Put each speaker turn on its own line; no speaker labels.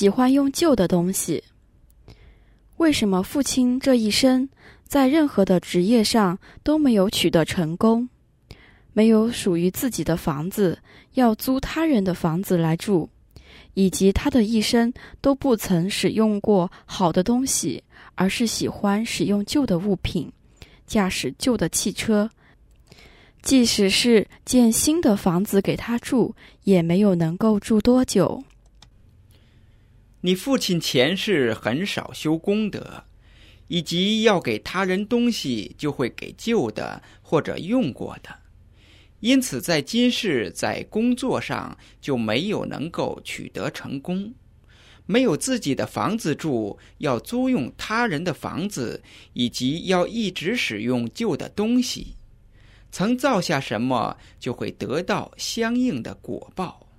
喜欢用旧的东西。为什么父亲这一生在任何的职业上都没有取得成功？没有属于自己的房子，要租他人的房子来住，以及他的一生都不曾使用过好的东西，而是喜欢使用旧的物品，驾驶旧的汽车。即使是建新的房子给他住，也没有能够住多久。
你父亲前世很少修功德，以及要给他人东西就会给旧的或者用过的，因此在今世在工作上就没有能够取得成功，没有自己的房子住，要租用他人的房子，以及要一直使用旧的东西，曾造下什么就会得到相应的果报。